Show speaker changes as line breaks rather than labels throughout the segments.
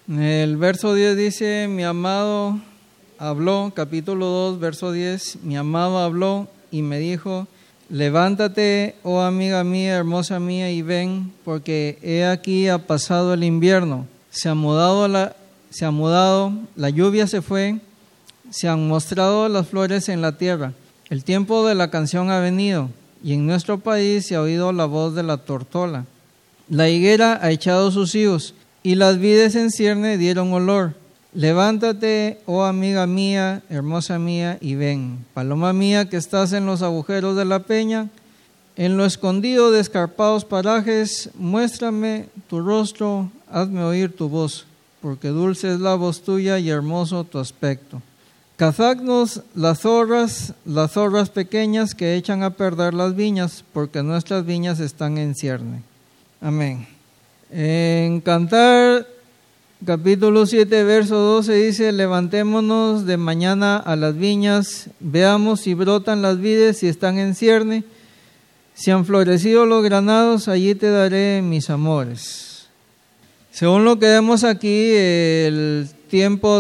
El verso 10 dice, mi amado habló, capítulo 2, verso 10, mi amado habló y me dijo, levántate, oh amiga mía, hermosa mía, y ven, porque he aquí ha pasado el invierno, se ha mudado, la lluvia se fue, se han mostrado las flores en la tierra, el tiempo de la canción ha venido, y en nuestro país se ha oído la voz de la tortola. La higuera ha echado sus higos, y las vides en cierne dieron olor. Levántate, oh amiga mía, hermosa mía, y ven. Paloma mía, que estás en los agujeros de la peña, en lo escondido de escarpados parajes, muéstrame tu rostro, hazme oír tu voz, porque dulce es la voz tuya y hermoso tu aspecto. Cazadnos las zorras pequeñas que echan a perder las viñas, porque nuestras viñas están en cierne. Amén. En Cantar, capítulo 7, verso 12 dice, levantémonos de mañana a las viñas, veamos si brotan las vides, si están en cierne, si han florecido los granados, allí te daré mis amores. Según lo que vemos aquí, el tiempo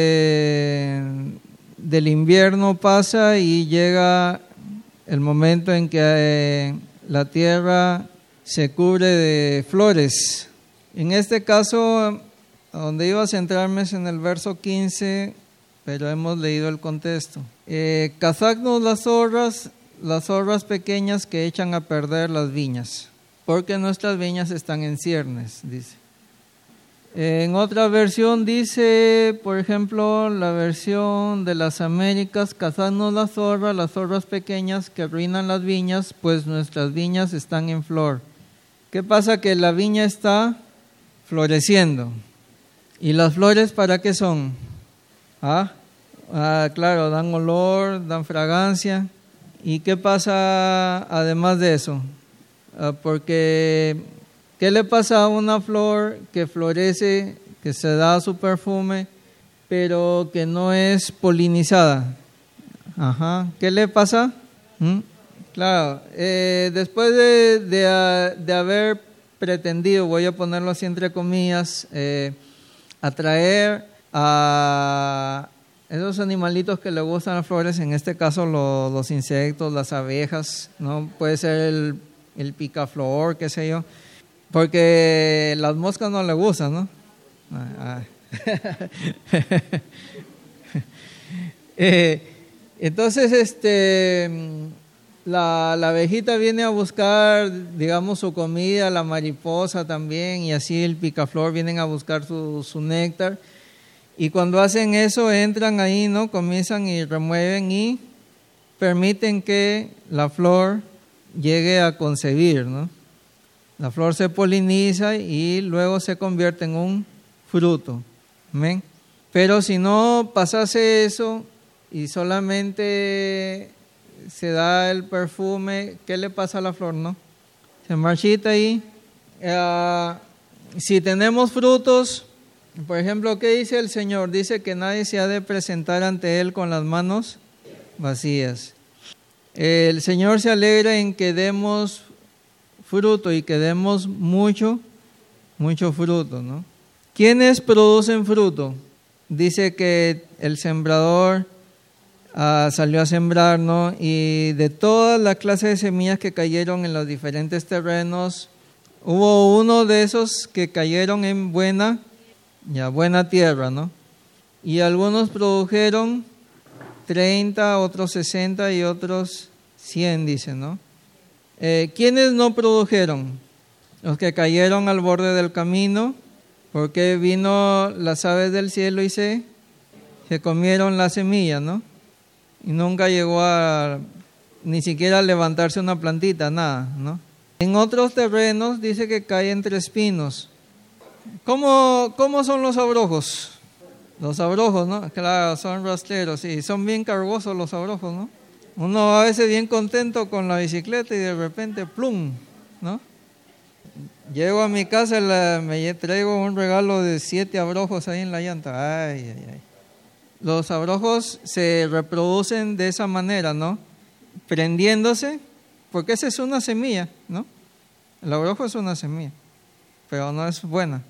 del invierno pasa y llega el momento en que la tierra se cubre de flores. En este caso, donde iba a centrarme es en el verso 15, pero hemos leído el contexto. Cazadnos las zorras pequeñas que echan a perder las viñas, porque nuestras viñas están en ciernes, dice. En otra versión dice, por ejemplo, la versión de las Américas, cazadnos las zorras pequeñas que arruinan las viñas, pues nuestras viñas están en flor. ¿Qué pasa? Que la viña está floreciendo. ¿Y las flores para qué son? Claro, dan olor, dan fragancia. ¿Y qué pasa además de eso? Porque, ¿qué le pasa a una flor que florece, que se da su perfume, pero que no es polinizada? ¿Qué le pasa? Claro, después de haber pretendido, voy a ponerlo así entre comillas, atraer a esos animalitos que le gustan las flores, en este caso los insectos, las abejas, ¿no? Puede ser el picaflor, qué sé yo, porque las moscas no le gustan, ¿no? Entonces, la abejita viene a buscar, digamos, su comida, la mariposa también, y así el picaflor vienen a buscar su néctar. Y cuando hacen eso, entran ahí, ¿no? Comienzan y remueven y permiten que la flor llegue a concebir, ¿no? La flor se poliniza y luego se convierte en un fruto. ¿Amén? Pero si no pasase eso y solamente se da el perfume, ¿qué le pasa a la flor, no? Se marchita ahí. Si tenemos frutos, por ejemplo, ¿qué dice el Señor? Dice que nadie se ha de presentar ante Él con las manos vacías. El Señor se alegra en que demos fruto y que demos mucho fruto, ¿no? ¿Quiénes producen fruto? Dice que el sembrador salió a sembrar, ¿no? Y de todas las clases de semillas que cayeron en los diferentes terrenos, hubo uno de esos que cayeron en buena tierra, ¿no? Y algunos produjeron 30, otros 60 y otros 100, dice, ¿no? ¿Quiénes no produjeron? Los que cayeron al borde del camino, porque vino las aves del cielo y se comieron la semilla, ¿no? Y nunca llegó ni siquiera a levantarse una plantita, nada, ¿no? En otros terrenos dice que cae entre espinos. ¿Cómo son los abrojos? Los abrojos, ¿no? Claro, son rastreros, sí, son bien cargosos los abrojos, ¿no? Uno a veces bien contento con la bicicleta y de repente, ¡plum!, ¿no? Llego a mi casa, me traigo un regalo de 7 abrojos ahí en la llanta. Ay. Los abrojos se reproducen de esa manera, ¿no? Prendiéndose, porque esa es una semilla, ¿no? El abrojo es una semilla, pero no es buena.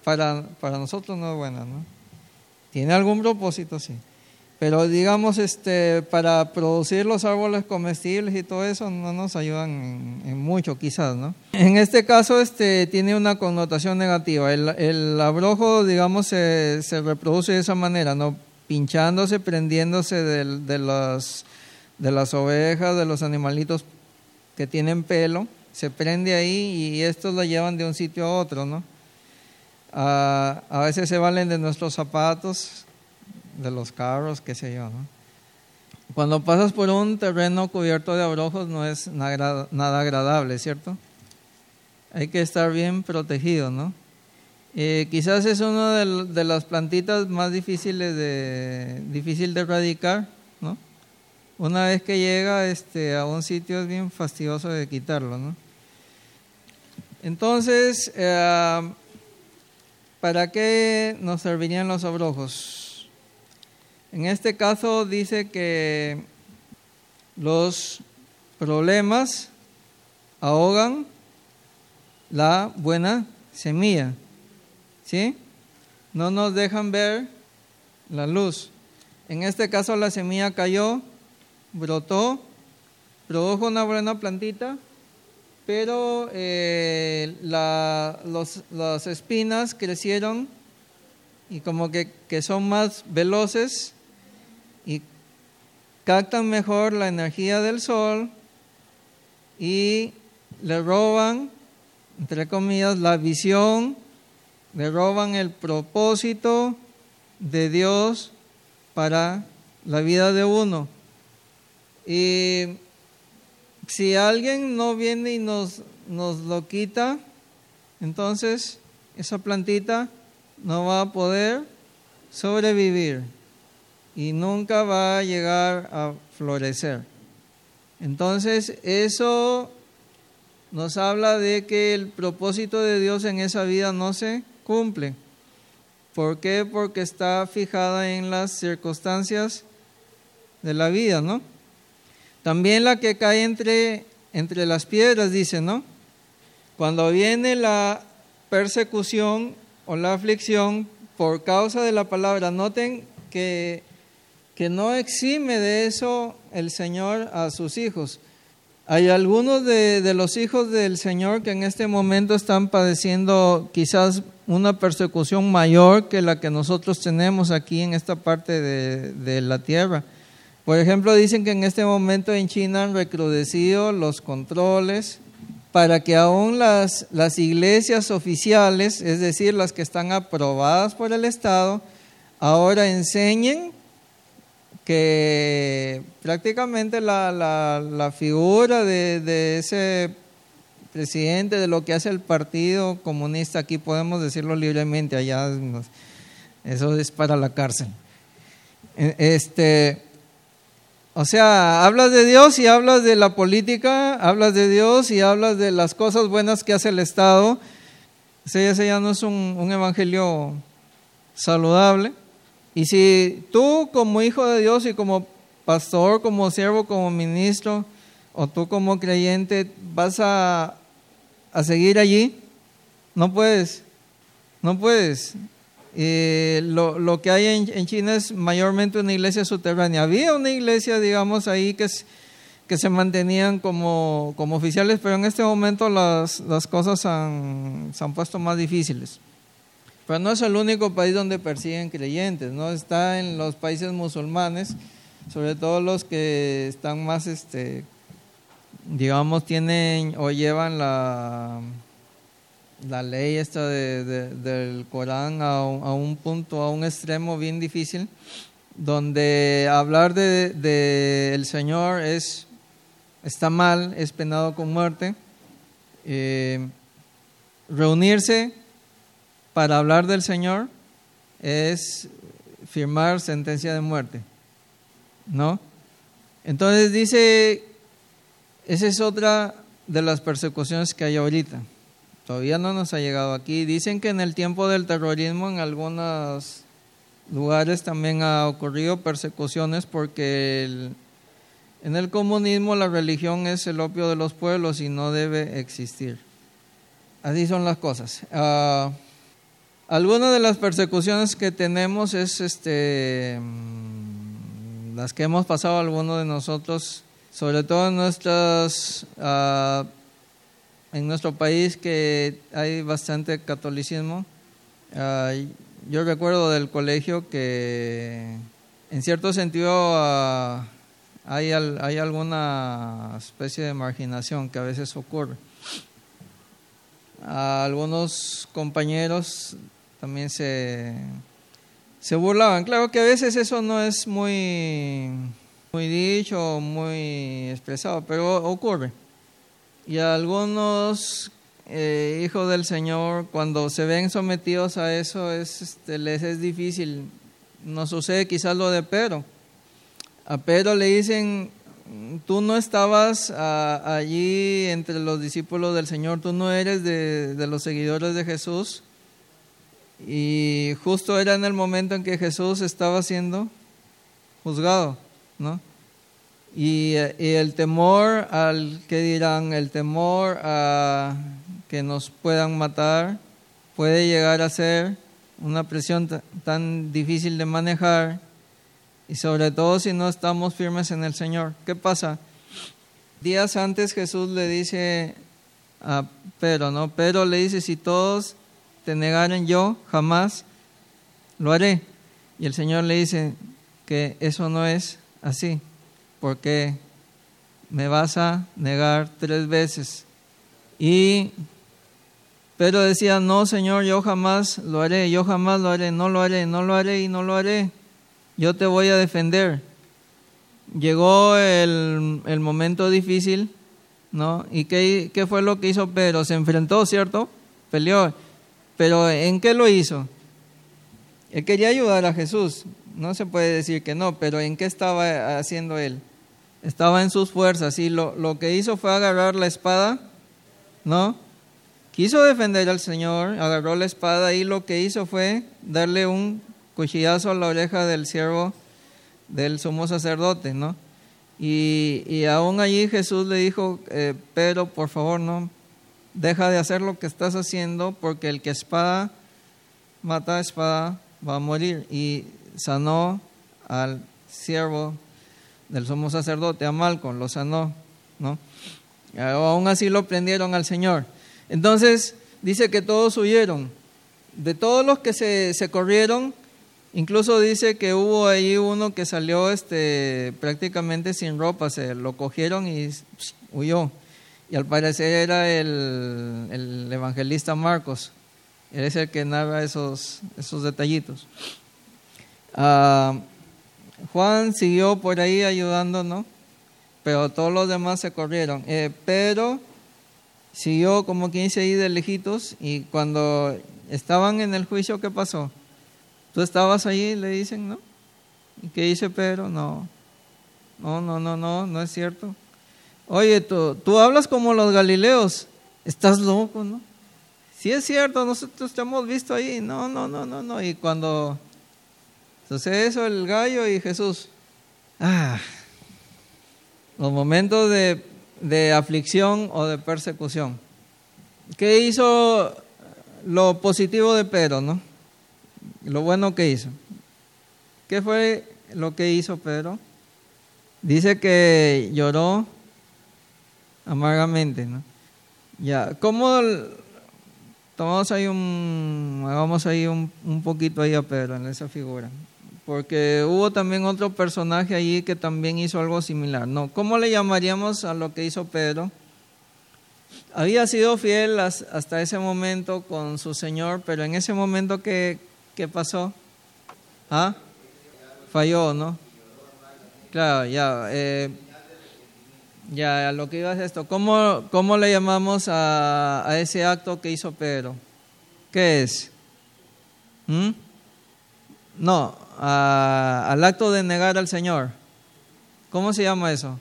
para nosotros no es buena, ¿no? Tiene algún propósito, sí. Pero digamos, para producir los árboles comestibles y todo eso no nos ayudan en mucho, quizás, ¿no? En este caso, tiene una connotación negativa. El abrojo, digamos, se reproduce de esa manera, ¿no? Pinchándose, prendiéndose de las ovejas, de los animalitos que tienen pelo, se prende ahí y estos lo llevan de un sitio a otro, ¿no? A veces se valen de nuestros zapatos, de los carros, qué sé yo, ¿no? Cuando pasas por un terreno cubierto de abrojos no es nada agradable, ¿cierto? Hay que estar bien protegido, ¿no? Quizás es una de las plantitas más difícil de erradicar, ¿no? Una vez que llega a un sitio es bien fastidioso de quitarlo, ¿no? Entonces, ¿para qué nos servirían los abrojos? En este caso dice que los problemas ahogan la buena semilla, ¿sí? No nos dejan ver la luz. En este caso la semilla cayó, brotó, produjo una buena plantita, pero las espinas crecieron y como que son más veloces y captan mejor la energía del sol y le roban, entre comillas, la visión, le roban el propósito de Dios para la vida de uno. Y si alguien no viene y nos lo quita, entonces esa plantita no va a poder sobrevivir y nunca va a llegar a florecer. Entonces eso nos habla de que el propósito de Dios en esa vida no se cumple. ¿Por qué? Porque está fijada en las circunstancias de la vida, ¿no? También la que cae entre las piedras, dice, ¿no? Cuando viene la persecución o la aflicción por causa de la palabra, noten que no exime de eso el Señor a sus hijos. Hay algunos de los hijos del Señor que en este momento están padeciendo quizás una persecución mayor que la que nosotros tenemos aquí en esta parte de la tierra. Por ejemplo, dicen que en este momento en China han recrudecido los controles para que aún las iglesias oficiales, es decir, las que están aprobadas por el Estado, ahora enseñen que prácticamente la figura de ese presidente, de lo que hace el Partido Comunista, aquí podemos decirlo libremente, allá eso es para la cárcel. O sea, hablas de Dios y hablas de la política, hablas de Dios y hablas de las cosas buenas que hace el Estado. Ese ya no es un evangelio saludable. Y si tú como hijo de Dios y como pastor, como siervo, como ministro, o tú como creyente vas a seguir allí, no puedes. Lo que hay en China es mayormente una iglesia subterránea. Había una iglesia, digamos, ahí que se mantenían como oficiales, pero en este momento las cosas se han puesto más difíciles. Pero no es el único país donde persiguen creyentes, ¿no? Está en los países musulmanes, sobre todo los que están más, digamos, tienen o llevan la ley esta del Corán a un punto, a un extremo bien difícil, donde hablar de el Señor está mal, es penado con muerte. Reunirse para hablar del Señor es firmar sentencia de muerte, ¿no? Entonces dice, esa es otra de las persecuciones que hay ahorita. Todavía no nos ha llegado aquí. Dicen que en el tiempo del terrorismo en algunos lugares también ha ocurrido persecuciones porque en el comunismo la religión es el opio de los pueblos y no debe existir. Así son las cosas. Algunas de las persecuciones que tenemos es las que hemos pasado algunos de nosotros, sobre todo en nuestro país, que hay bastante catolicismo. Yo recuerdo del colegio que en cierto sentido hay alguna especie de marginación que a veces ocurre. Algunos compañeros también se burlaban. Claro que a veces eso no es muy dicho, muy expresado, pero ocurre. Y a algunos hijos del Señor, cuando se ven sometidos a eso, les es difícil. Nos sucede quizás lo de Pedro. A Pedro le dicen: tú no estabas allí entre los discípulos del Señor, tú no eres de los seguidores de Jesús. Y justo era en el momento en que Jesús estaba siendo juzgado, ¿no? Y el temor al que dirán, el temor a que nos puedan matar, puede llegar a ser una presión tan difícil de manejar, y sobre todo si no estamos firmes en el Señor. ¿Qué pasa? Días antes Jesús le dice a Pedro, ¿no? Pedro le dice: si todos te negaren, yo jamás lo haré. Y el Señor le dice que eso no es así, porque me vas a negar 3 veces. Y Pedro decía: no, Señor, yo jamás lo haré, yo jamás lo haré, no lo haré, no lo haré y no lo haré. Yo te voy a defender. Llegó el momento difícil, ¿no? ¿Y qué fue lo que hizo Pedro? Se enfrentó, ¿cierto? Peleó. Pero ¿en qué lo hizo? Él quería ayudar a Jesús. No se puede decir que no, pero ¿en qué estaba haciendo él? Estaba en sus fuerzas, y lo que hizo fue agarrar la espada, ¿no? Quiso defender al Señor, agarró la espada, y lo que hizo fue darle un cuchillazo a la oreja del siervo del sumo sacerdote, ¿no? Y aún allí Jesús le dijo: Pedro, por favor, no, deja de hacer lo que estás haciendo, porque el que espada mata, espada va a morir. Y sanó al siervo del sumo sacerdote, a Malcom, lo sanó, ¿no? Aún así lo prendieron al Señor. Entonces dice que todos huyeron. De todos los que se corrieron, incluso dice que hubo ahí uno que salió prácticamente sin ropa, se lo cogieron y huyó. Y al parecer era el evangelista Marcos. Él es el que narra esos detallitos. Juan siguió por ahí ayudando, ¿no? Pero todos los demás se corrieron. Pedro siguió, como quien dice, ahí de lejitos, y cuando estaban en el juicio, ¿qué pasó? Tú estabas allí, le dicen, ¿no? ¿Y qué dice Pedro? No es cierto. Oye, tú hablas como los galileos, estás loco, ¿no? Sí es cierto, nosotros te hemos visto ahí. No. Y cuando sucede eso, el gallo y Jesús, los momentos de aflicción o de persecución. ¿Qué hizo lo positivo de Pedro, no? Lo bueno que hizo. ¿Qué fue lo que hizo Pedro? Dice que lloró amargamente, ¿no? Ya, ¿cómo hagamos ahí un poquito ahí a Pedro en esa figura? Porque hubo también otro personaje allí que también hizo algo similar, ¿no? ¿Cómo le llamaríamos a lo que hizo Pedro? Había sido fiel hasta ese momento con su Señor, pero en ese momento, ¿qué pasó? Falló, ¿no? Claro, ya, lo que iba es esto. ¿Cómo le llamamos a ese acto que hizo Pedro? ¿Qué es? No, al acto de negar al Señor. ¿Cómo se llama eso?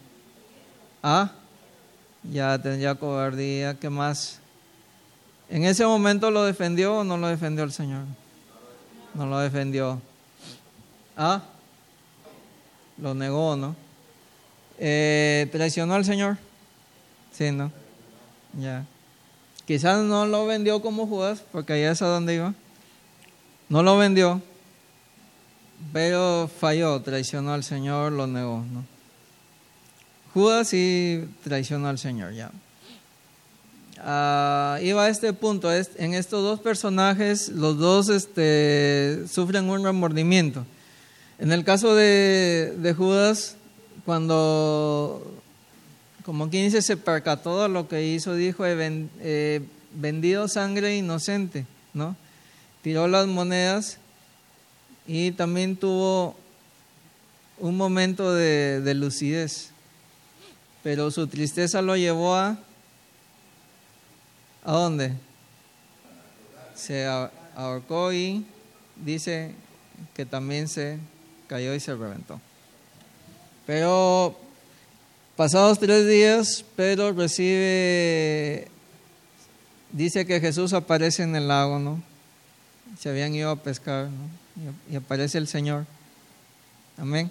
Ya tendría cobardía. ¿Qué más? ¿En ese momento lo defendió o no lo defendió el Señor? No lo defendió. Lo negó, ¿no? ¿Traicionó al Señor? Sí, ¿no? Ya. Quizás no lo vendió como Judas, porque allá es a donde iba. No lo vendió, pero falló, traicionó al Señor, lo negó, ¿no? Judas sí traicionó al Señor, ya. Iba a este punto, en estos dos personajes, los dos sufren un remordimiento. En el caso de Judas, cuando, como quien dice, se percató de lo que hizo, dijo, he vendido sangre inocente, ¿no? Tiró las monedas y también tuvo un momento de lucidez, pero su tristeza lo llevó ¿a dónde? Se ahorcó y dice que también se cayó y se reventó. Pero pasados 3 días, Pedro dice que Jesús aparece en el lago, ¿no? Se habían ido a pescar, ¿no? Y aparece el Señor. Amén.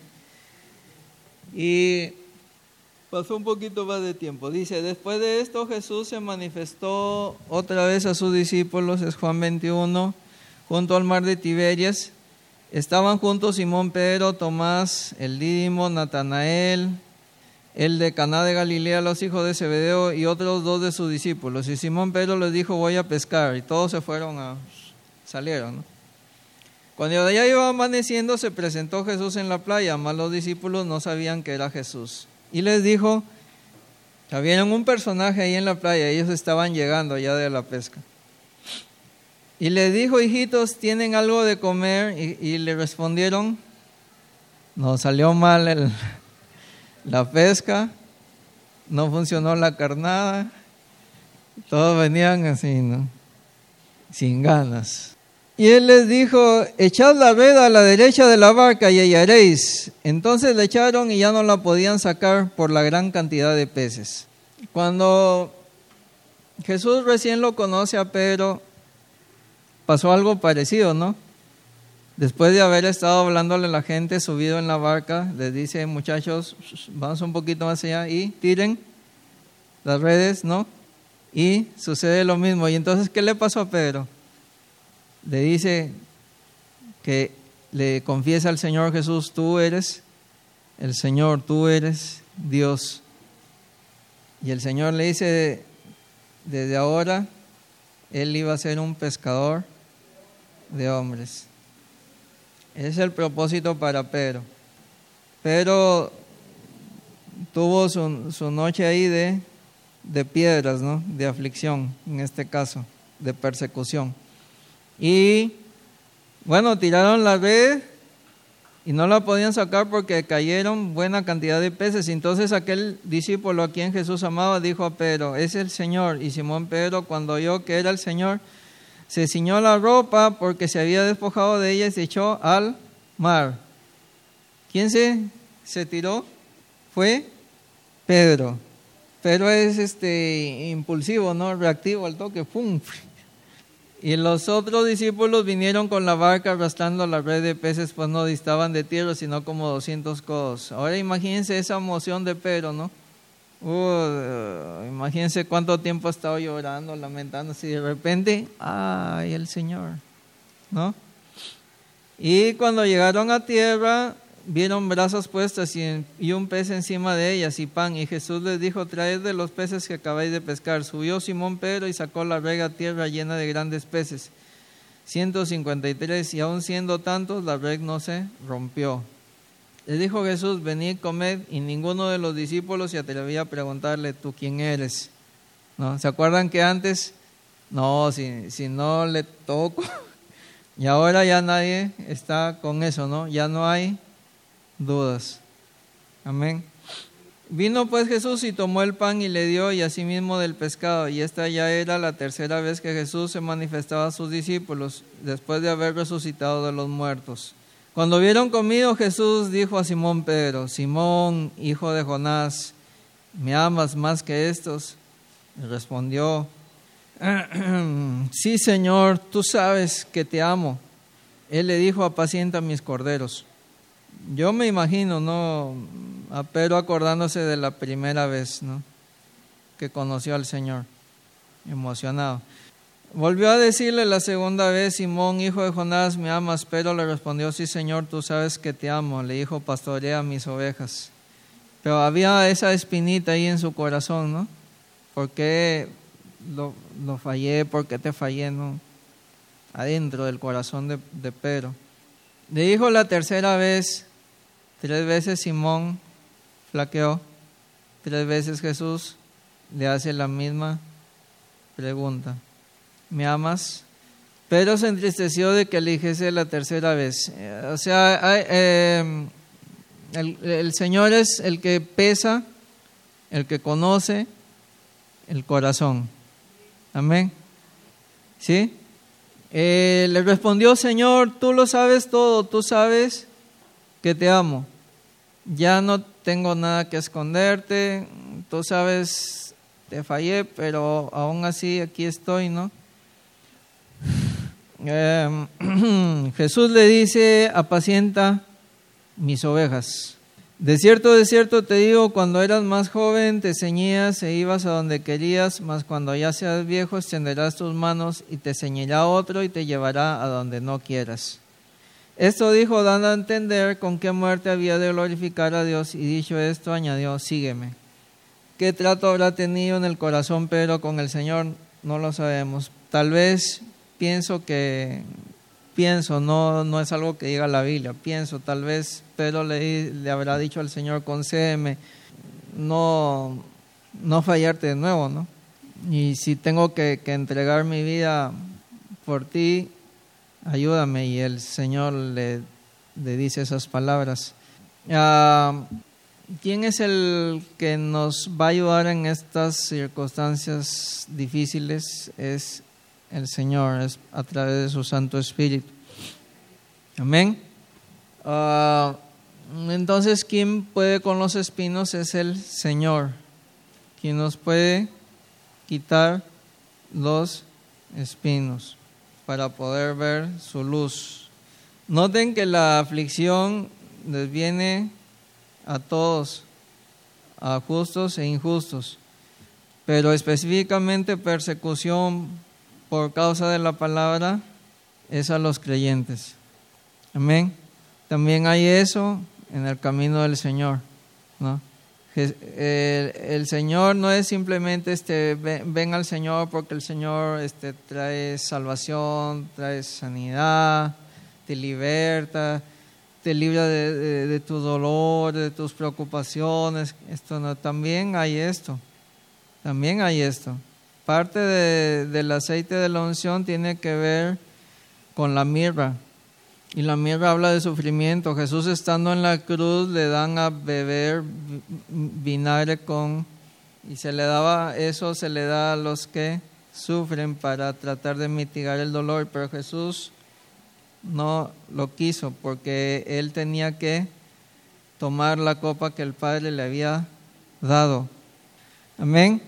Y pasó un poquito más de tiempo. Dice, después de esto Jesús se manifestó otra vez a sus discípulos, es Juan 21, junto al mar de Tiberias. Estaban juntos Simón Pedro, Tomás, el Dídimo, Natanael, el de Caná de Galilea, los hijos de Zebedeo y otros 2 de sus discípulos. Y Simón Pedro les dijo, voy a pescar. Y todos salieron, ¿no? Cuando ya iba amaneciendo, se presentó Jesús en la playa, mas los discípulos no sabían que era Jesús. Y les dijo, había un personaje ahí en la playa, ellos estaban llegando ya de la pesca. Y les dijo, hijitos, ¿tienen algo de comer? Y le respondieron, nos salió mal la pesca, no funcionó la carnada, todos venían así, ¿no? Sin ganas. Y él les dijo, echad la red a la derecha de la barca y hallaréis. Entonces le echaron y ya no la podían sacar por la gran cantidad de peces. Cuando Jesús recién lo conoce a Pedro, pasó algo parecido, ¿no? Después de haber estado hablándole a la gente, subido en la barca, les dice, muchachos, vamos un poquito más allá y tiren las redes, ¿no? Y sucede lo mismo. Y entonces, ¿qué le pasó a Pedro? Le dice que le confiesa al Señor Jesús, tú eres el Señor, tú eres Dios. Y el Señor le dice, desde ahora, él iba a ser un pescador de hombres. Ese es el propósito para Pedro. Pedro tuvo su noche ahí de piedras, ¿no? De aflicción, en este caso, de persecución. Y bueno, tiraron la red y no la podían sacar porque cayeron buena cantidad de peces. Entonces aquel discípulo a quien Jesús amaba dijo a Pedro, es el Señor. Y Simón Pedro, cuando oyó que era el Señor, se ciñó la ropa porque se había despojado de ella y se echó al mar. ¿Quién se tiró? Fue Pedro. Pedro es impulsivo, ¿no? Reactivo al toque, ¡pum! Y los otros discípulos vinieron con la barca arrastrando la red de peces, pues no distaban de tierra, sino como 200 codos. Ahora imagínense esa emoción de Pedro, ¿no? Imagínense cuánto tiempo ha estado llorando, lamentándose, y de repente, ¡ay, el Señor! ¿No? Y cuando llegaron a tierra, vieron brasas puestas y un pez encima de ellas y pan. Y Jesús les dijo, traed de los peces que acabáis de pescar. Subió Simón Pedro y sacó la red a tierra llena de grandes peces, 153, y aun siendo tantos, la red no se rompió. Les dijo Jesús, venid, comed, y ninguno de los discípulos se atrevía a preguntarle, ¿tú quién eres? ¿No? ¿Se acuerdan que antes? No, si no le toco. Y ahora ya nadie está con eso, ¿no? Ya no hay dudas. Amén. Vino pues Jesús y tomó el pan y le dio, y asimismo del pescado. Y esta ya era la tercera vez que Jesús se manifestaba a sus discípulos, después de haber resucitado de los muertos. Cuando hubieron comido, Jesús dijo a Simón Pedro, Simón, hijo de Jonás, ¿me amas más que estos? Y respondió, sí, Señor, tú sabes que te amo. Él le dijo, apacienta mis corderos. Yo me imagino, ¿no?, a Pedro acordándose de la primera vez, ¿no?, que conoció al Señor, emocionado. Volvió a decirle la segunda vez: Simón, hijo de Jonás, ¿me amas? Pedro le respondió: sí, Señor, tú sabes que te amo. Le dijo: pastorea mis ovejas. Pero había esa espinita ahí en su corazón, ¿no? ¿Por qué lo fallé? ¿Por qué te fallé? ¿No? Adentro del corazón de Pedro. Le dijo la tercera vez, 3 veces Simón flaqueó, 3 veces Jesús le hace la misma pregunta: ¿me amas? Pedro se entristeció de que le dijese la tercera vez. O sea, el Señor es el que pesa, el que conoce el corazón. Amén. ¿Sí? Le respondió: Señor, tú lo sabes todo, tú sabes que te amo. Ya no tengo nada que esconderte, tú sabes, te fallé, pero aún así aquí estoy, ¿no? Jesús le dice: apacienta mis ovejas. De cierto te digo, cuando eras más joven te ceñías e ibas a donde querías, mas cuando ya seas viejo extenderás tus manos y te ceñirá otro y te llevará a donde no quieras. Esto dijo dando a entender con qué muerte había de glorificar a Dios, y dicho esto añadió: sígueme. ¿Qué trato habrá tenido en el corazón Pedro con el Señor? No lo sabemos. Tal vez no es algo que diga la Biblia, tal vez Pedro le habrá dicho al Señor: concédeme no fallarte de nuevo, ¿no? Y si tengo que entregar mi vida por ti, ayúdame. Y el Señor le dice esas palabras. ¿Quién es el que nos va a ayudar en estas circunstancias difíciles? Es el Señor, es a través de su Santo Espíritu. Amén. Entonces, ¿quién puede con los espinos? Es el Señor, quien nos puede quitar los espinos para poder ver su luz. Noten que la aflicción les viene a todos, a justos e injustos, pero específicamente persecución por causa de la palabra es a los creyentes. Amén. También hay eso en el camino del Señor, ¿no? El Señor no es simplemente ven al Señor porque el Señor trae salvación, trae sanidad, te liberta, te libra de tu dolor, de tus preocupaciones. Esto no, también hay esto. Parte del aceite de la unción tiene que ver con la mirra. Y la mirra habla de sufrimiento. Jesús, estando en la cruz, le dan a beber vinagre y se le da a los que sufren para tratar de mitigar el dolor. Pero Jesús no lo quiso, porque él tenía que tomar la copa que el Padre le había dado. Amén.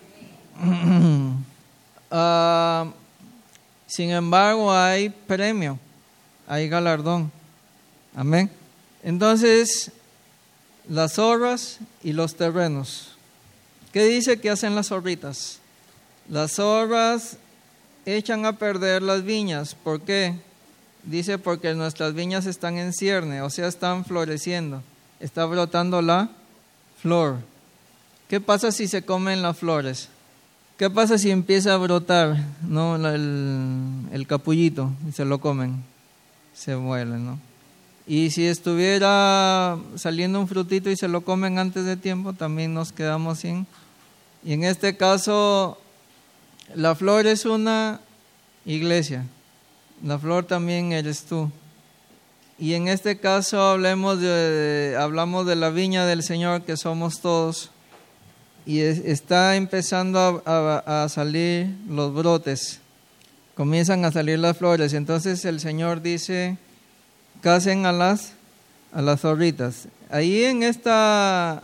Sin embargo, hay premio, hay galardón. Amén. Entonces, las zorras y los terrenos. ¿Qué dice que hacen las zorritas? Las zorras echan a perder las viñas. ¿Por qué? Dice: porque nuestras viñas están en cierne, o sea, están floreciendo, está brotando la flor. ¿Qué pasa si se comen las flores? ¿Qué pasa si empieza a brotar, ¿no? el capullito y se lo comen? Se muere, ¿no? Y si estuviera saliendo un frutito y se lo comen antes de tiempo, también nos quedamos sin. Y en este caso, la flor es una iglesia. La flor también eres tú. Y en este caso hablamos de la viña del Señor, que somos todos. Y está empezando a salir los brotes. Comienzan a salir las flores. Entonces el Señor dice: casen a las zorritas. Ahí en esta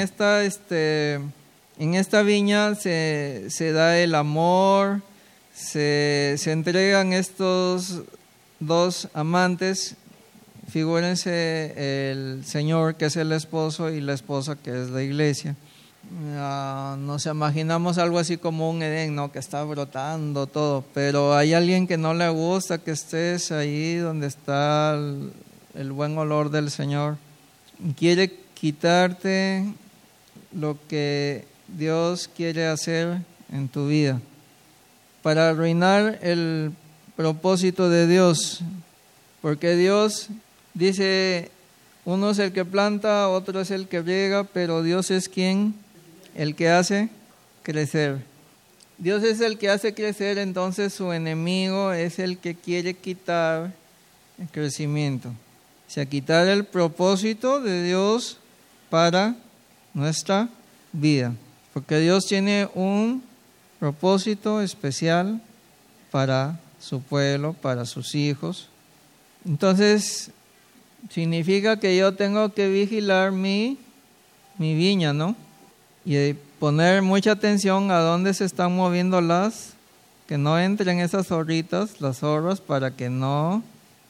viña se da el amor, se entregan estos dos amantes. Figúrense el Señor, que es el esposo, y la esposa, que es la iglesia. Nos imaginamos algo así como un Edén, ¿no? Que está brotando todo, pero hay alguien que no le gusta que estés ahí donde está el buen olor del Señor. Quiere quitarte lo que Dios quiere hacer en tu vida, para arruinar el propósito de Dios, porque Dios dice, uno es el que planta, otro es el que riega, pero Dios es quien, el que hace crecer. Dios es el que hace crecer, entonces su enemigo es el que quiere quitar el crecimiento, o sea, quitar el propósito de Dios para nuestra vida, porque Dios tiene un propósito especial para su pueblo, para sus hijos. Entonces, significa que yo tengo que vigilar mi viña, ¿no? Y poner mucha atención a dónde se están moviendo que no entren esas zorritas, las zorras, para que no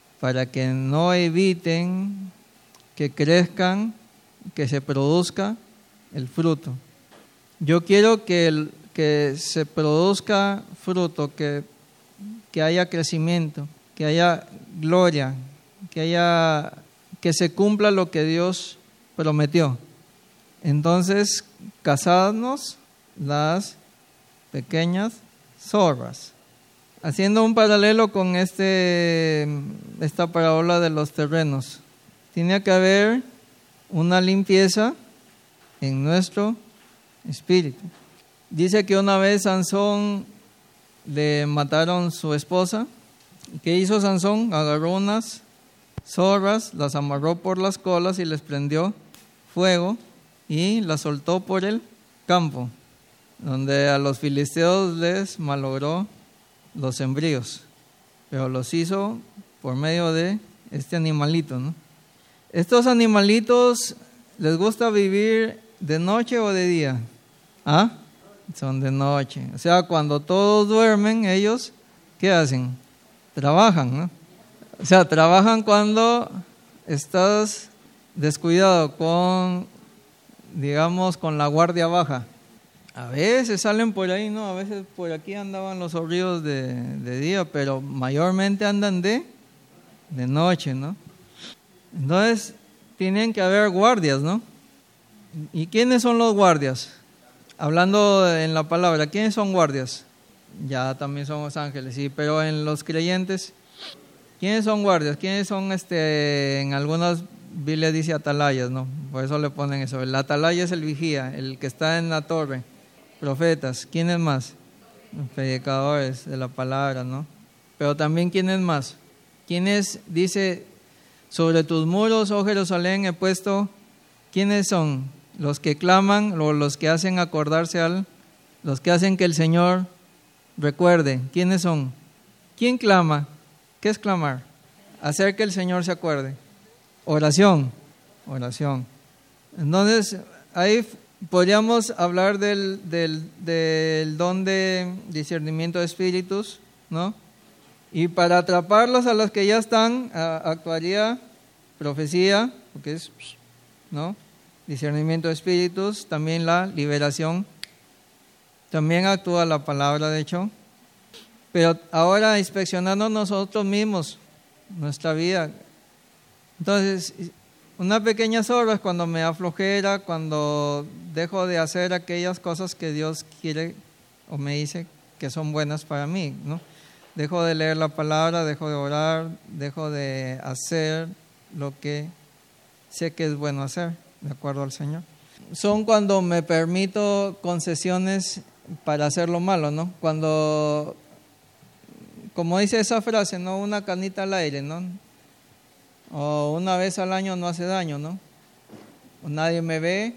eviten que crezcan, que se produzca el fruto. Yo quiero que se produzca fruto, que haya crecimiento, que haya gloria, que se cumpla lo que Dios prometió. Entonces, cazadnos las pequeñas zorras. Haciendo un paralelo con esta parábola de los terrenos, tiene que haber una limpieza en nuestro espíritu. Dice que una vez Sansón le mataron su esposa. ¿Qué hizo Sansón? Agarró unas zorras, las amarró por las colas y les prendió fuego y las soltó por el campo, donde a los filisteos les malogró los sembríos, pero los hizo por medio de este animalito, ¿no? Estos animalitos les gusta vivir de noche o de día. ¿Ah? Son de noche. O sea, cuando todos duermen, ellos, ¿qué hacen? Trabajan, ¿no? O sea, trabajan cuando estás descuidado, con la guardia baja. A veces salen por ahí, ¿no? A veces por aquí andaban los zorrillos de día, pero mayormente andan de noche, ¿no? Entonces, tienen que haber guardias, ¿no? ¿Y quiénes son los guardias? Hablando en la palabra, ¿quiénes son guardias? Ya también somos ángeles, sí, pero en los creyentes, ¿quiénes son guardias? ¿Quiénes son, en algunas Biblias dice atalayas, ¿no? Por eso le ponen eso. El atalaya es el vigía, el que está en la torre. Profetas, ¿quiénes más? Los predicadores de la palabra, ¿no? Pero también, ¿quiénes más? ¿Quiénes, dice, sobre tus muros, oh Jerusalén, he puesto, ¿quiénes son? Los que claman, o los que hacen acordarse los que hacen que el Señor recuerde. ¿Quiénes son? ¿Quién clama? ¿Qué es clamar? Hacer que el Señor se acuerde. Oración. Entonces, ahí podríamos hablar del don de discernimiento de espíritus, ¿no? Y para atraparlos a los que ya están, actuaría profecía, porque es, ¿no? Discernimiento de espíritus, también la liberación. También actúa la palabra, de hecho. Pero ahora inspeccionando nosotros mismos, nuestra vida. Entonces, una pequeña zorra es cuando me da flojera, cuando dejo de hacer aquellas cosas que Dios quiere o me dice que son buenas para mí, ¿no? Dejo de leer la palabra, dejo de orar, dejo de hacer lo que sé que es bueno hacer, de acuerdo al Señor. Son cuando me permito concesiones para hacer lo malo, ¿no? Cuando, como dice esa frase, ¿no? Una canita al aire, ¿no? O una vez al año no hace daño, ¿no? Nadie me ve.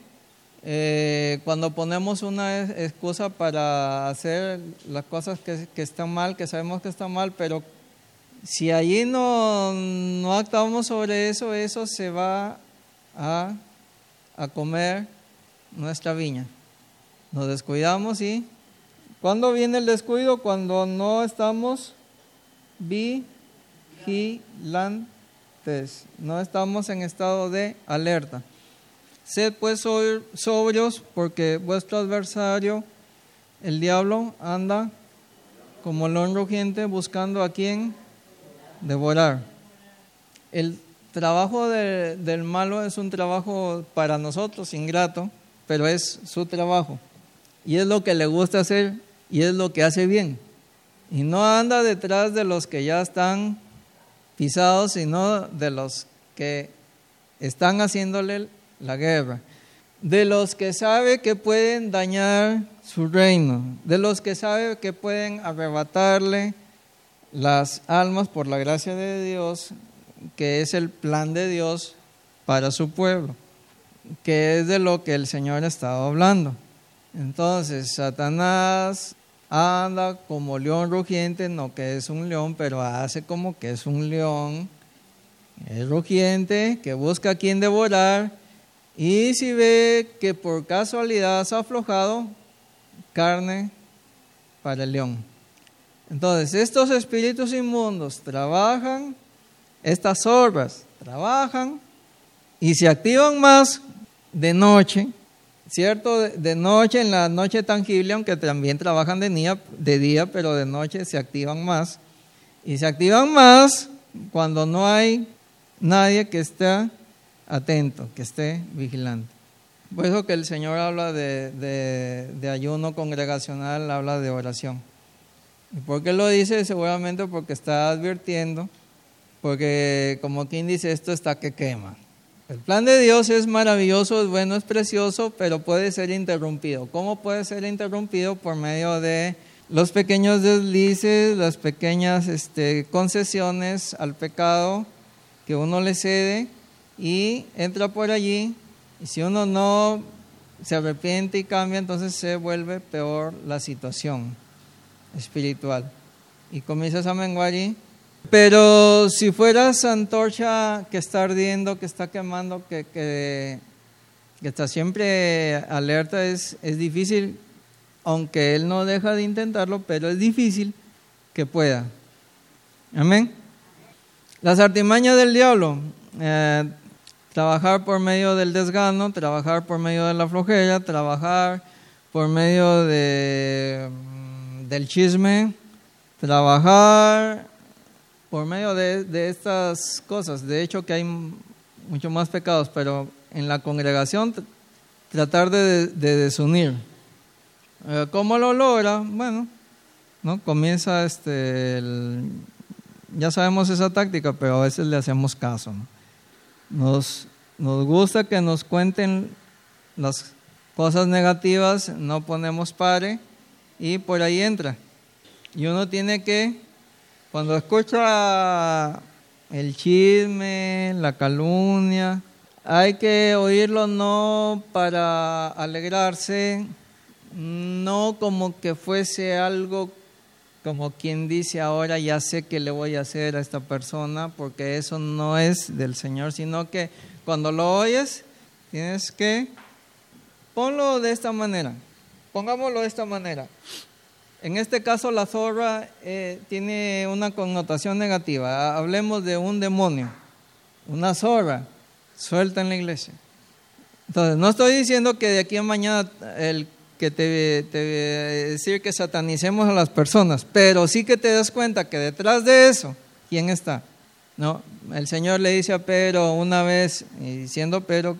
Cuando ponemos una excusa para hacer las cosas que están mal, que sabemos que están mal, pero si allí no actuamos sobre eso, eso se va a comer nuestra viña. Nos descuidamos y ¿cuándo viene el descuido? Cuando no estamos vigilantes, no estamos en estado de alerta. Sed pues sobrios, porque vuestro adversario, el diablo, anda como león rugiente buscando a quien devorar. El trabajo del malo es un trabajo para nosotros ingrato, pero es su trabajo. Y es lo que le gusta hacer y es lo que hace bien. Y no anda detrás de los que ya están pisados, sino de los que están haciéndole la guerra. De los que sabe que pueden dañar su reino. De los que sabe que pueden arrebatarle las almas por la gracia de Dios, que es el plan de Dios para su pueblo, que es de lo que el Señor ha estado hablando. Entonces, Satanás anda como león rugiente, no que es un león, pero hace como que es un león. Es rugiente, que busca a quien devorar, y si ve que por casualidad se ha aflojado, carne para el león. Entonces, estos espíritus inmundos trabajan, estas zorras trabajan, y se activan más de noche, ¿cierto? De noche, en la noche tangible, aunque también trabajan de día, pero de noche se activan más. Y se activan más cuando no hay nadie que esté atento, que esté vigilante. Por eso que el Señor habla de ayuno congregacional, habla de oración. ¿Y por qué lo dice? Seguramente porque está advirtiendo, porque como quien dice, esto está que quema. El plan de Dios es maravilloso, es bueno, es precioso, pero puede ser interrumpido. ¿Cómo puede ser interrumpido? Por medio de los pequeños deslices, las pequeñas concesiones al pecado que uno le cede y entra por allí. Y si uno no se arrepiente y cambia, entonces se vuelve peor la situación espiritual y comienzas a menguar allí. Pero si fueras antorcha que está ardiendo, que está quemando, que está siempre alerta, es difícil, aunque él no deja de intentarlo, pero es difícil que pueda. Amén. Las artimañas del diablo, trabajar por medio del desgano, trabajar por medio de la flojera, trabajar por medio del chisme, trabajar por medio de estas cosas. De hecho que hay mucho más pecados, pero en la congregación tratar de desunir. ¿Cómo lo logra? Bueno, ¿no? Comienza ya sabemos esa táctica, pero a veces le hacemos caso, ¿no? Nos gusta que nos cuenten las cosas negativas, no ponemos pare y por ahí entra. Y uno tiene que, cuando escucha el chisme, la calumnia, hay que oírlo no para alegrarse, no como que fuese algo como quien dice ahora ya sé qué le voy a hacer a esta persona, porque eso no es del Señor, sino que cuando lo oyes tienes que ponlo de esta manera, pongámoslo de esta manera. En este caso la zorra tiene una connotación negativa. Hablemos de un demonio, una zorra suelta en la iglesia. Entonces no estoy diciendo que de aquí a mañana que te decir que satanicemos a las personas, pero sí que te das cuenta que detrás de eso, ¿quién está? No, el Señor le dice a Pedro una vez, y diciendo Pedro,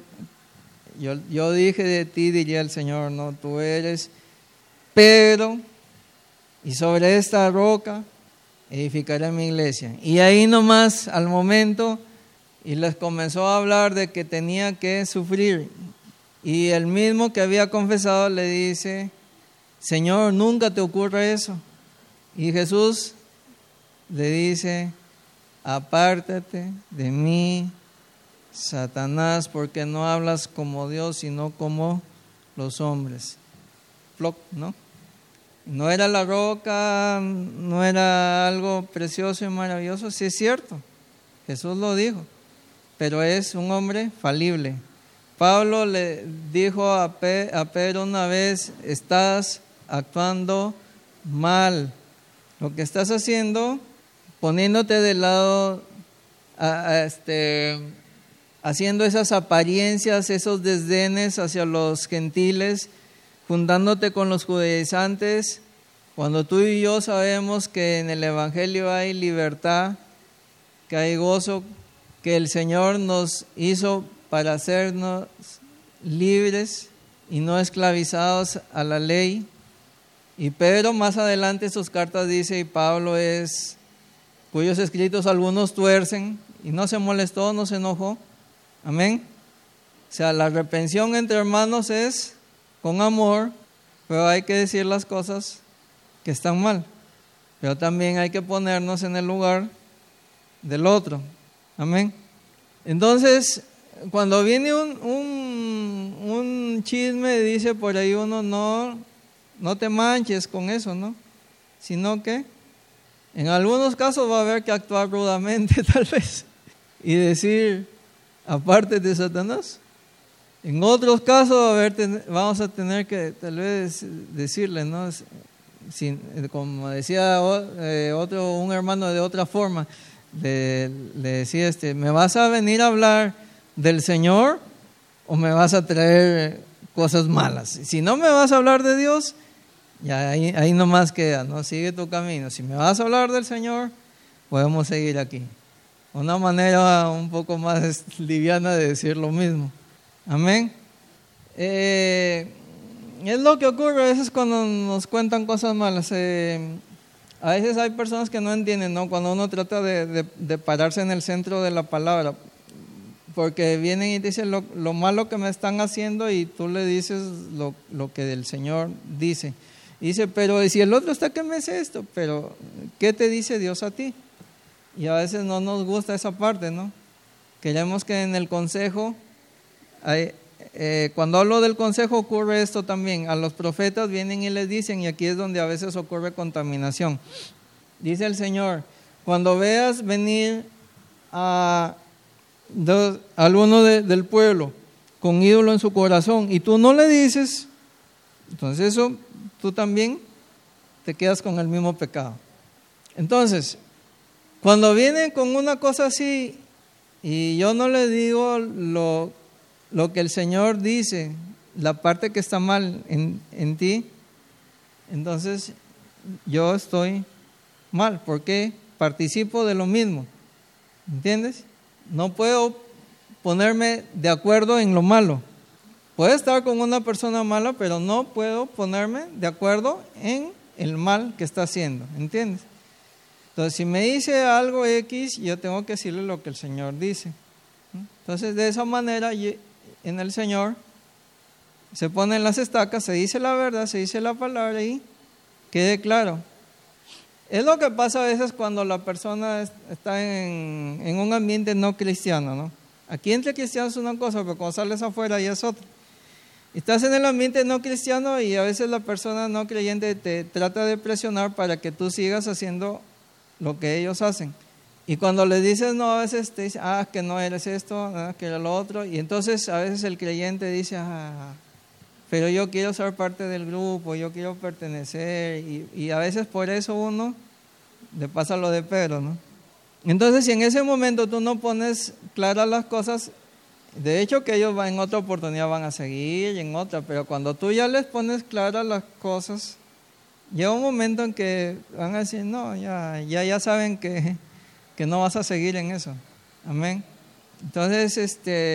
yo dije de ti, diría el Señor, no, tú eres Pedro, y sobre esta roca edificaré mi iglesia. Y ahí nomás al momento, y les comenzó a hablar de que tenía que sufrir. Y el mismo que había confesado le dice, Señor, nunca te ocurre eso. Y Jesús le dice, apártate de mí, Satanás, porque no hablas como Dios, sino como los hombres. ¿No? No era la roca, no era algo precioso y maravilloso, sí es cierto, Jesús lo dijo, pero es un hombre falible. Pablo le dijo a Pedro una vez, estás actuando mal. Lo que estás haciendo, poniéndote del lado haciendo esas apariencias, esos desdenes hacia los gentiles, juntándote con los judaizantes, cuando tú y yo sabemos que en el Evangelio hay libertad, que hay gozo, que el Señor nos hizo para hacernos libres y no esclavizados a la ley. Y Pedro más adelante en sus cartas dice, y Pablo es, cuyos escritos algunos tuercen, y no se molestó, no se enojó. Amén. O sea, la reprensión entre hermanos es con amor, pero hay que decir las cosas que están mal. Pero también hay que ponernos en el lugar del otro. Amén. Entonces, cuando viene un chisme, dice por ahí uno, no te manches con eso, ¿no? Sino que en algunos casos va a haber que actuar rudamente tal vez y decir, aparte de Satanás. En otros casos vamos a tener que tal vez decirle, ¿no? Como decía un hermano de otra forma, le decía, ¿me vas a venir a hablar del Señor o me vas a traer cosas malas? Si no me vas a hablar de Dios, ya ahí nomás queda, ¿no? Sigue tu camino. Si me vas a hablar del Señor, podemos seguir aquí. Una manera un poco más liviana de decir lo mismo. Amén. Es lo que ocurre a veces cuando nos cuentan cosas malas. A veces hay personas que no entienden, ¿no? Cuando uno trata de pararse en el centro de la palabra, porque vienen y dicen lo malo que me están haciendo y tú le dices lo que el Señor dice. Y dice, pero si el otro está que me hace esto, pero ¿qué te dice Dios a ti? Y a veces no nos gusta esa parte, ¿no? Queremos que en el consejo, cuando hablo del consejo ocurre esto también. A los profetas vienen y les dicen, y aquí es donde a veces ocurre contaminación. Dice el Señor, cuando veas venir a alguno del pueblo con ídolo en su corazón y tú no le dices, entonces eso tú también te quedas con el mismo pecado. Entonces, cuando vienen con una cosa así y yo no le digo lo que el Señor dice, la parte que está mal en ti, entonces yo estoy mal, porque participo de lo mismo. ¿Entiendes? No puedo ponerme de acuerdo en lo malo. Puedo estar con una persona mala, pero no puedo ponerme de acuerdo en el mal que está haciendo. ¿Entiendes? Entonces, si me dice algo X, yo tengo que decirle lo que el Señor dice. Entonces, de esa manera, en el Señor se ponen las estacas, se dice la verdad, se dice la palabra y quede claro. Es lo que pasa a veces cuando la persona está en un ambiente no cristiano, ¿no? Aquí entre cristianos es una cosa, pero cuando sales afuera ya es otra. Estás en el ambiente no cristiano y a veces la persona no creyente te trata de presionar para que tú sigas haciendo lo que ellos hacen. Y cuando le dices no, a veces te dice, que no eres esto, que era lo otro. Y entonces a veces el creyente dice, pero yo quiero ser parte del grupo, yo quiero pertenecer. Y a veces por eso uno le pasa lo de Pedro, ¿no? Entonces, si en ese momento tú no pones claras las cosas, de hecho que ellos en otra oportunidad van a seguir, en otra, pero cuando tú ya les pones claras las cosas, llega un momento en que van a decir, no, ya saben que no vas a seguir en eso. Amén. Entonces,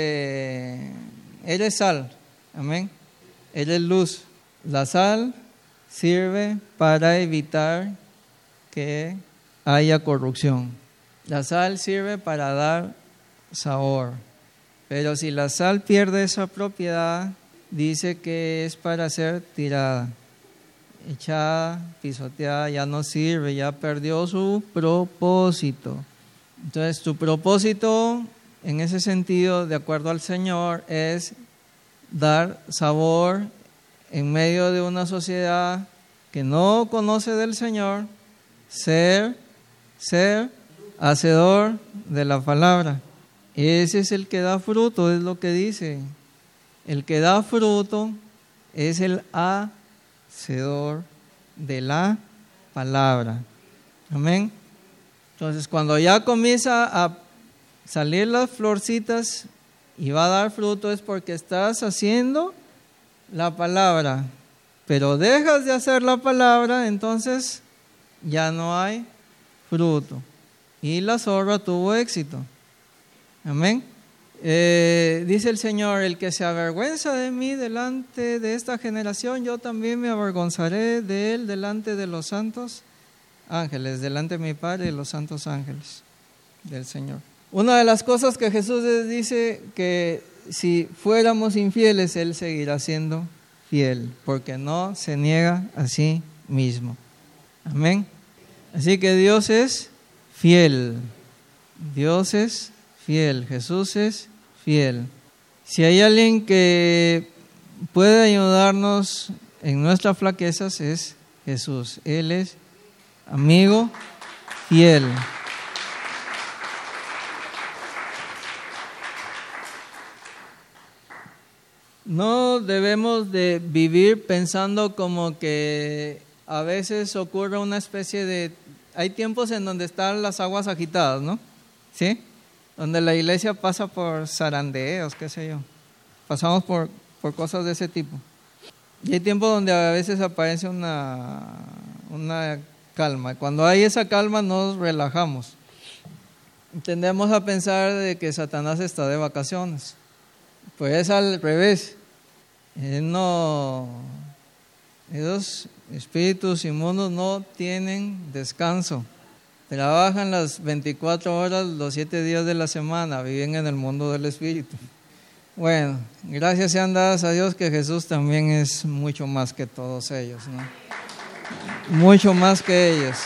eres sal. Amén. Eres luz. La sal sirve para evitar que haya corrupción. La sal sirve para dar sabor. Pero si la sal pierde esa propiedad, dice que es para ser tirada, echada, pisoteada, ya no sirve, ya perdió su propósito. Entonces, tu propósito, en ese sentido, de acuerdo al Señor, es dar sabor en medio de una sociedad que no conoce del Señor, ser hacedor de la palabra. Ese es el que da fruto, es lo que dice. El que da fruto es el hacedor de la palabra. Amén. Entonces, cuando ya comienza a salir las florcitas y va a dar fruto es porque estás haciendo la palabra. Pero dejas de hacer la palabra, entonces ya no hay fruto. Y la zorra tuvo éxito. Amén. Dice el Señor: el que se avergüenza de mí delante de esta generación, yo también me avergonzaré de él delante de los santos ángeles, delante de mi Padre y los santos ángeles del Señor. Una de las cosas que Jesús les dice, que si fuéramos infieles, Él seguirá siendo fiel, porque no se niega a sí mismo. Amén. Así que Dios es fiel. Dios es fiel. Jesús es fiel. Si hay alguien que puede ayudarnos en nuestras flaquezas, es Jesús. Él es amigo fiel. No debemos de vivir pensando como que a veces ocurre una especie de... Hay tiempos en donde están las aguas agitadas, ¿no? ¿Sí? Donde la iglesia pasa por zarandeos, qué sé yo. Pasamos por cosas de ese tipo. Y hay tiempos donde a veces aparece una calma. Cuando hay esa calma nos relajamos. Tendemos a pensar de que Satanás está de vacaciones. Pues es al revés. Esos espíritus inmundos no tienen descanso. Trabajan las 24 horas, los 7 días de la semana, viven en el mundo del espíritu. Bueno, gracias sean dadas a Dios que Jesús también es mucho más que todos ellos, ¿no? Mucho más que ellos.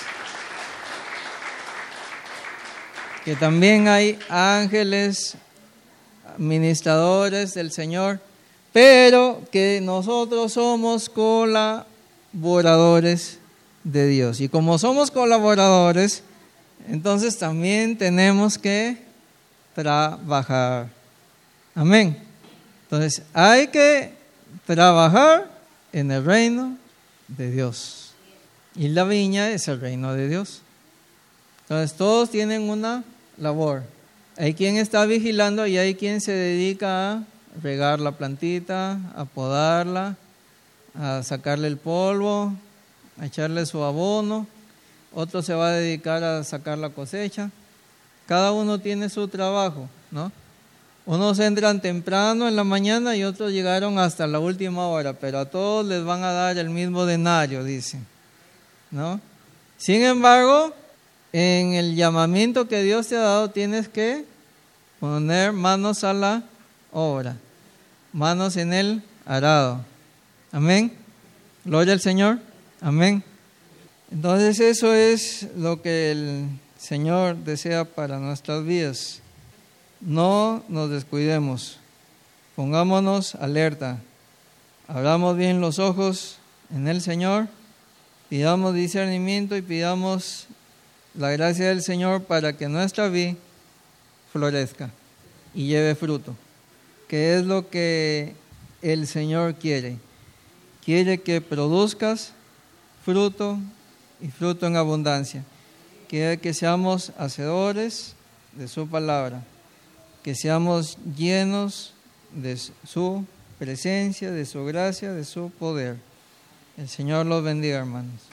Que también hay ángeles ministradores del Señor, pero que nosotros somos colaboradores de Dios. Y como somos colaboradores, entonces también tenemos que trabajar. Amén. Entonces hay que trabajar en el reino de Dios. Y la viña es el reino de Dios. Entonces todos tienen una labor. Hay quien está vigilando y hay quien se dedica a regar la plantita, a podarla, a sacarle el polvo, a echarle su abono. Otro se va a dedicar a sacar la cosecha. Cada uno tiene su trabajo, ¿no? Unos entran temprano en la mañana y otros llegaron hasta la última hora, pero a todos les van a dar el mismo denario, dicen, ¿no? Sin embargo, en el llamamiento que Dios te ha dado tienes que poner manos a la obra, manos en el arado. Amén. Gloria al Señor. Amén. Entonces eso es lo que el Señor desea para nuestras vidas. No nos descuidemos, pongámonos alerta, abramos bien los ojos en el Señor, pidamos discernimiento y pidamos la gracia del Señor para que nuestra vida florezca y lleve fruto, que es lo que el Señor quiere. Quiere que produzcas fruto y fruto en abundancia. Quiere que seamos hacedores de su palabra, que seamos llenos de su presencia, de su gracia, de su poder. El Señor los bendiga, hermanos.